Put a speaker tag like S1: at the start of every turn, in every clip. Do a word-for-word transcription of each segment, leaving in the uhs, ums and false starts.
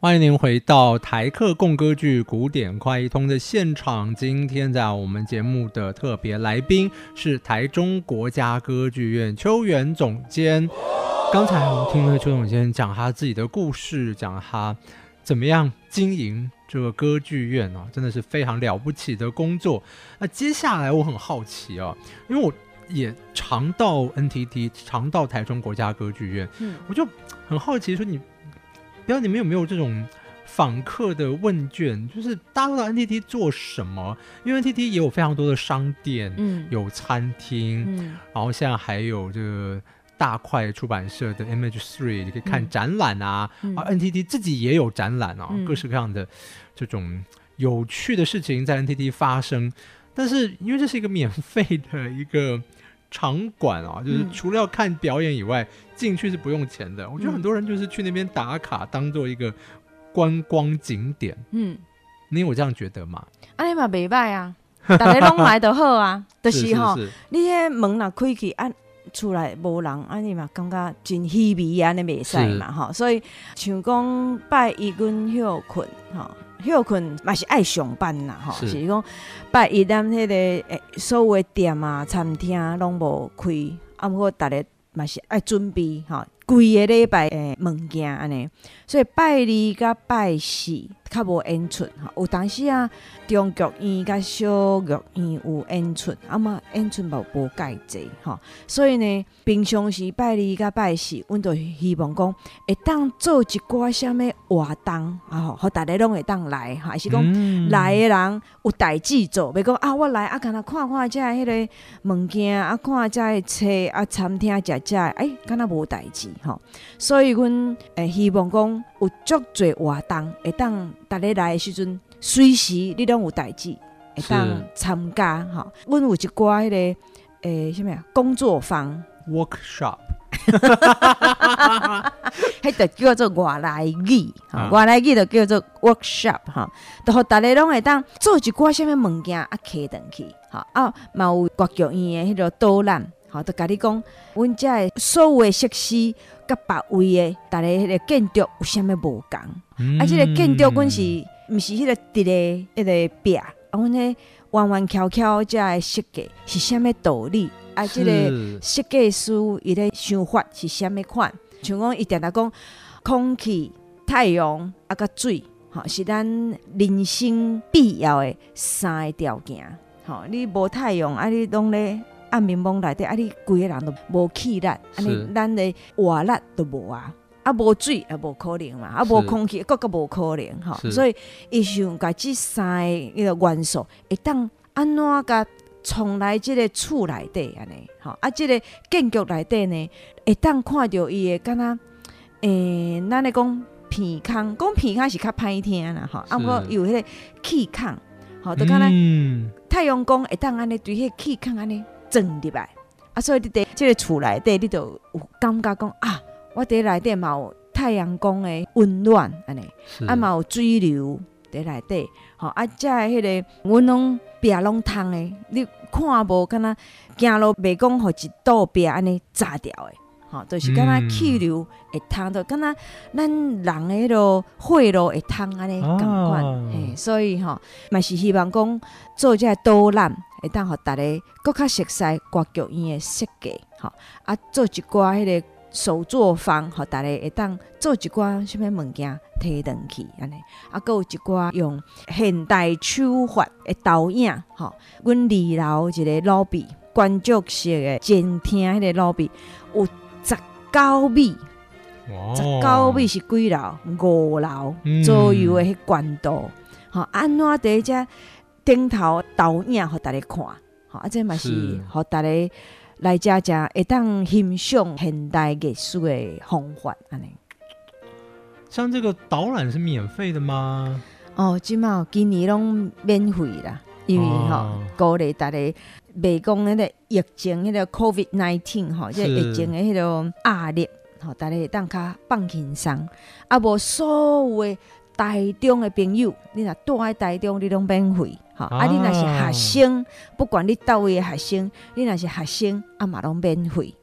S1: 欢迎您回到台客共歌剧古典快一通的现场。今天在我们节目的特别来宾是台中国家歌剧院邱元总监。刚才我们听了邱总监讲他自己的故事，讲他怎么样经营这个歌剧院、啊、真的是非常了不起的工作。那接下来我很好奇啊，因为我也常到 N T T， 常到台中国家歌剧院、嗯、我就很好奇说，你不知道你们有没有这种访客的问卷，就是大家都到 N T T 做什么？因为 N T T 也有非常多的商店、嗯、有餐厅、嗯、然后现在还有这个大块出版社的 M H 三， 你可以看展览啊、嗯、啊 N T T 自己也有展览啊、嗯、各式各样的这种有趣的事情在 N T T 发生。但是因为这是一个免费的一个场馆啊，就是除了要看表演以外，进去是不用钱的。我觉得很多人就是去那边打卡，当做一个观光景点。嗯，你有这样觉得吗？
S2: 安尼嘛袂歹啊，大家拢来就好啊。就是吼，你迄门若开去，啊，厝内无人，安尼嘛感觉真稀微安尼袂使嘛吼。所以像讲拜一阮休困吼。休困嘛是爱上班啦，吼，是讲拜一咱迄个所有的店啊、餐厅拢无开，啊，不过大家嘛是爱准备吼，规个礼拜诶物件安尼，所以拜二甲拜四较无演出，有当时啊中剧院甲小剧院有演出，啊嘛演出嘛无介济吼，所以呢，平常时拜二甲拜四，阮就希望讲会当做一寡啥物活动啊，吼，互大家拢会当来，还是讲、嗯、来的人有代志做，袂讲啊我来啊，干那看看遮迄个物件啊，看遮个册啊，餐厅食食，哎，干那无代志吼，所以阮诶希望讲有足侪活动会当。大家来的时阵，随时你拢有代志会当参加吼。阮有一寡迄、那个诶什么啊工作坊
S1: workshop，
S2: 迄就叫做外来语，啊、外来语就叫做 workshop 哈，就互大家拢会当做一寡什么物件啊，摕转去，哈啊，嘛有国剧院的迄个导览，哈，就甲你讲，阮遮的所有的设施甲别位的，大家迄个建筑有啥物无共。嗯、啊！即、這個建築阮是毋是迄個直個迄個壁？啊，阮迄彎彎翹翹遮個設計是啥物道理？啊，即、這個設計師伊咧想法是啥物款？像講伊定定講空氣、太陽啊，甲水，吼是咱人生必要的三個條件。吼，你無太陽啊，你攏咧暗暝暝內底啊，你規個人都無氣力，安尼咱的活力都無啊。啊，無水也無可能嘛，啊，無空氣，佫佫無可能吼。所以，伊想甲即三個迄個元素，會當安怎甲創來即個厝內底安尼，吼啊，即個建築內底呢，會當看到伊個敢若誒，咱咧講鼻孔，講鼻孔是較歹聽啦，吼，啊，毋過有迄個氣孔，吼，就敢若太陽光會當安尼對迄個氣孔安尼裝入來，啊，所以你佇即個厝內底，你就有感覺講啊。我伫內底嘛有太陽光的溫暖安尼，啊嘛有水流伫內底，吼啊，遮個迄個阮攏壁攏通的，你看無敢若行路袂講互一道壁安尼炸掉的，吼，就是敢若氣流會通到，敢若咱人的迄個血路會通安尼共款，嘿，所以吼嘛是希望講做遮個導覽，會當互大家更較熟悉歌劇院的設計，吼啊做一寡迄個。手作坊，互大家會當做一寡什麼物件摕轉去安尼，啊，閣有一寡用現代手法的投影，吼，阮二樓一個 lobby， 觀眾式的前廳迄個 lobby 有十九米，十九米是幾樓？五樓左右的迄高度，吼、嗯，安怎佇遮頂頭投影，互大家看，吼，啊，這嘛是互大家。來遮遮會當欣賞現代藝術的方法安尼。
S1: 像這個導覽是免費的嗎？
S2: 哦，即嘛今年攏免費啦，因為吼、哦、鼓勵大家袂講迄個疫情迄個 COVID 十九 吼，即疫情的迄個壓力，吼，大家會當較放輕鬆，啊無所有的台中的朋友，你若住喺台中，你攏免費。好啊！你若是學生，不管你叨位的學生，你若是學生，啊嘛攏免費。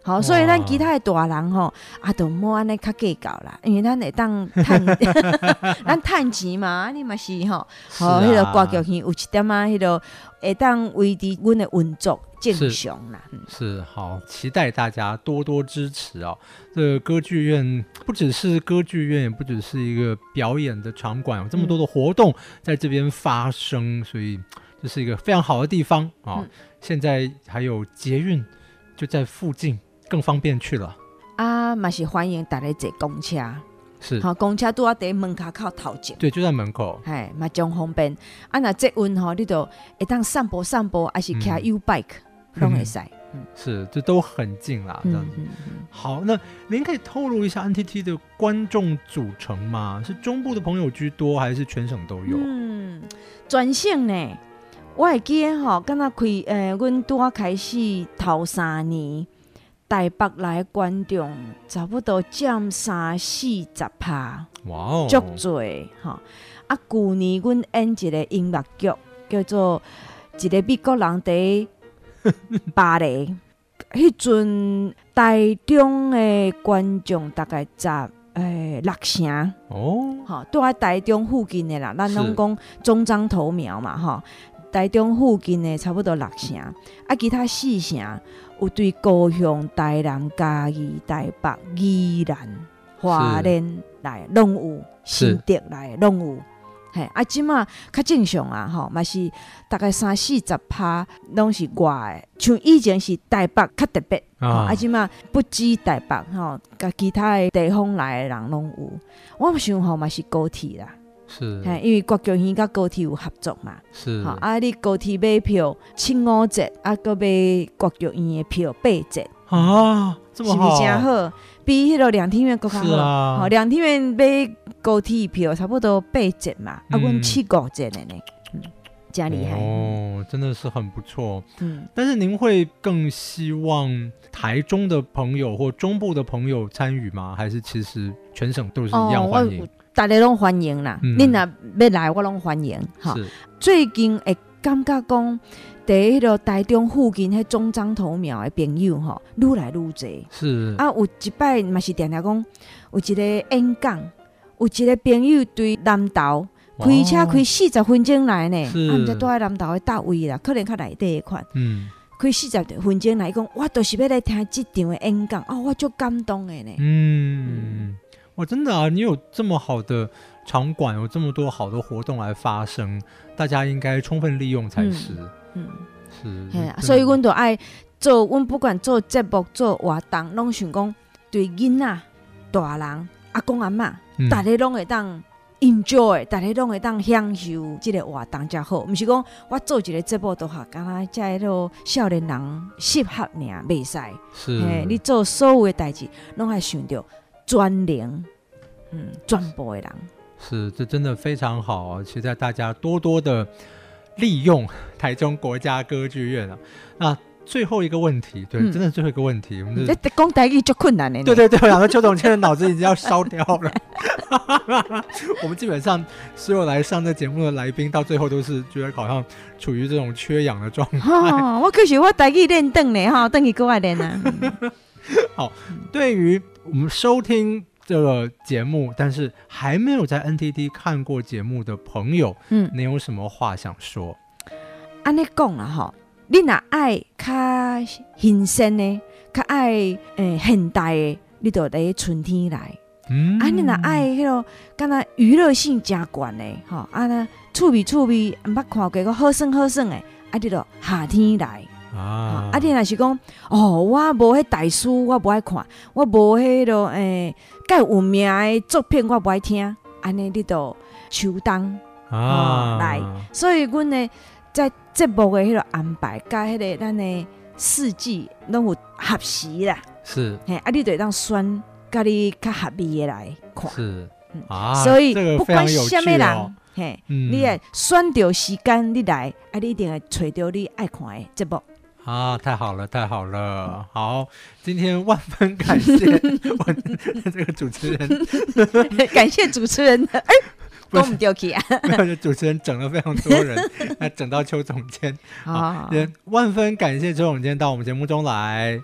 S2: 好，所以咱其他的大人吼，啊，都莫安尼较计较啦，因为咱会当趁，咱趁钱嘛，你嘛是吼，吼，迄个歌剧院有一点啊，迄个会当维持阮的运作正常啦。
S1: 是, 是好，期待大家多多支持哦。这个歌剧院不只是歌剧院，也不只是一个表演的场馆，有这么多的活动在这边发生，所以这是一个非常好的地方啊、哦嗯。现在还有捷运就在附近。更方便去了
S2: 啊，嘛是欢迎大家坐公车，是好，公车拄啊在门口靠头前，
S1: 对，就在门口，
S2: 嘿，嘛真方便。啊，那这运吼，你就会当散步散步，还是骑 U bike 拢会使，
S1: 是，这都很近啦。这样子、嗯嗯嗯、好，那您可以透露一下 N T T 的观众组成吗？是中部的朋友居多，还是全省都有？嗯，
S2: 全省呢，我会记得吼，敢若开诶，阮拄啊开始头三年。台北来的观众差不多占三四十趴，
S1: 哇哦，
S2: 足多哈！啊，去年阮演一个音乐剧，叫做一个美国人伫巴黎，迄阵台中的观众大概十诶六成哦，哈，都喺台中附近的啦，咱拢讲中彰投苗嘛，哈，台中附近的差不多六成，啊，其他四成。有对高雄、台南、嘉义、台北、宜兰、花莲来拢有，新竹来拢有。嘿，啊，即马较正常啊，吼，嘛是大概三四十趴拢是外的，像以前是台北较特别，啊，即马不止台北吼，甲其他的地方来的人拢有。我想吼嘛是高铁啦。
S1: 是，
S2: 因为歌剧院甲高铁有合作嘛，
S1: 是，
S2: 好啊，你高铁买票七五折，啊，搁买歌剧院的票八折
S1: 啊，这么好，
S2: 是不是真好？比迄个两厅院更较好。
S1: 是啊，
S2: 好，两厅院买高铁票差不多八折嘛，嗯、啊，阮七五折的呢，嗯，真厉害
S1: 哦，真的是很不错。嗯，但是您会更希望台中的朋友或中部的朋友参与吗？还是其实全省都是一样欢迎？哦，
S2: 大家拢欢迎啦，嗯、你若要来，我拢欢迎。哈，最近会感觉讲，伫迄个台中附近迄中彰投苗的朋友吼，愈来愈侪。
S1: 是
S2: 啊，有一摆嘛是定定讲，有一个演讲，有一个朋友对南投开车开四十分钟来呢，啊，毋知住喺南投的倒位啦，可能较内底款。嗯，开四十分钟来讲，我就是要来听这场的演讲，哦，我足感动的呢。嗯。
S1: 嗯哇，真的啊！你有这么好的场馆，有这么多好的活动来发生，大家应该充分利用才是。嗯，嗯是。
S2: 啊、所以阮就爱做，阮不管做节目、做活动，拢想讲对囡仔、大人、阿公阿嬷，大家拢会当 enjoy， 大家拢会当享受这个活动才好。毋是讲我做一个节目都好，敢若遮迄个少年人适合尔，袂使。
S1: 是。
S2: 你做所有的代志，拢爱想着。专灵，嗯，专播的人
S1: 是，这真的非常好啊！期待大家多多的利用台中国家歌剧院啊。那最后一个问题，对，嗯、真的最后一个问题，我们
S2: 这讲台语就困难了。
S1: 对对对，我想说邱总监的脑子已经要烧掉了。我们基本上所有来上这节目的来宾，到最后都是觉得好像处于这种缺氧的状态。
S2: 哦、我可是我台语练等呢，哈，等于搁爱练啊。
S1: 好，对于我们收听这个节目，但是还没有在 N T T 看过节目的朋友，嗯，你有什么话想说？
S2: 按你讲啦，哈，你若爱较新鲜的，较爱诶现代的，你就在春天来。嗯，啊，你若爱迄个，敢若娱乐性真悬的，吼，啊那趣味趣味，毋捌看过个好耍好耍的，啊，你就夏天来。啊！啊，你若是讲哦，我无迄大师，我无爱看，我无迄个诶，介有名的作品，我无爱听。安尼你就秋冬啊、哦、来，所以阮呢在节目的迄个安排，甲迄个咱的四季拢有合时啦。
S1: 是，
S2: 嘿，啊，你就当选甲你较合意的来看。
S1: 是，嗯、啊，
S2: 所以、
S1: 這個、
S2: 不管什么人。
S1: 哦
S2: 嘿，嗯、你会选到时间你来，啊，你一定会找到你爱看的节目。
S1: 啊，太好了，太好了！好，今天万分感谢我这个主持人，
S2: 感谢主持人。哎、欸，讲不对去啊！
S1: 没有，主持人整了非常多人，还整到邱总监。好，也万分感谢邱总监到我们节目中来。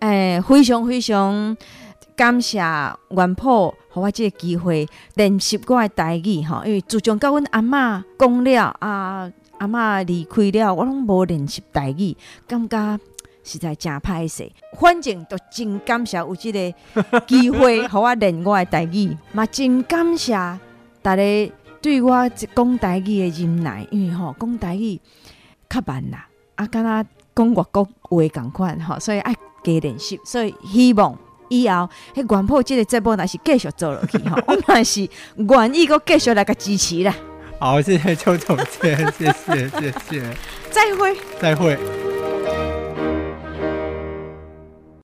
S2: 诶、欸，非常非常感谢元普，给我这个机会练习我的台语吼。因为自从甲阮阿嬷讲了啊，阿嬷离开了，我拢无练习台语，感觉实在真歹势。反正都真感谢有这个机会，给我练我的台语，嘛真感谢大家对我讲台语的忍耐，因为吼讲台语较慢啦，啊，敢若讲外国话同款吼，所以爱加练习。所以希望以后迄元普这个节目若是继续做落去吼，我嘛是愿意搁继续来甲支持啦。
S1: 好，谢谢邱总监，谢谢谢谢，
S2: 再会，
S1: 再会。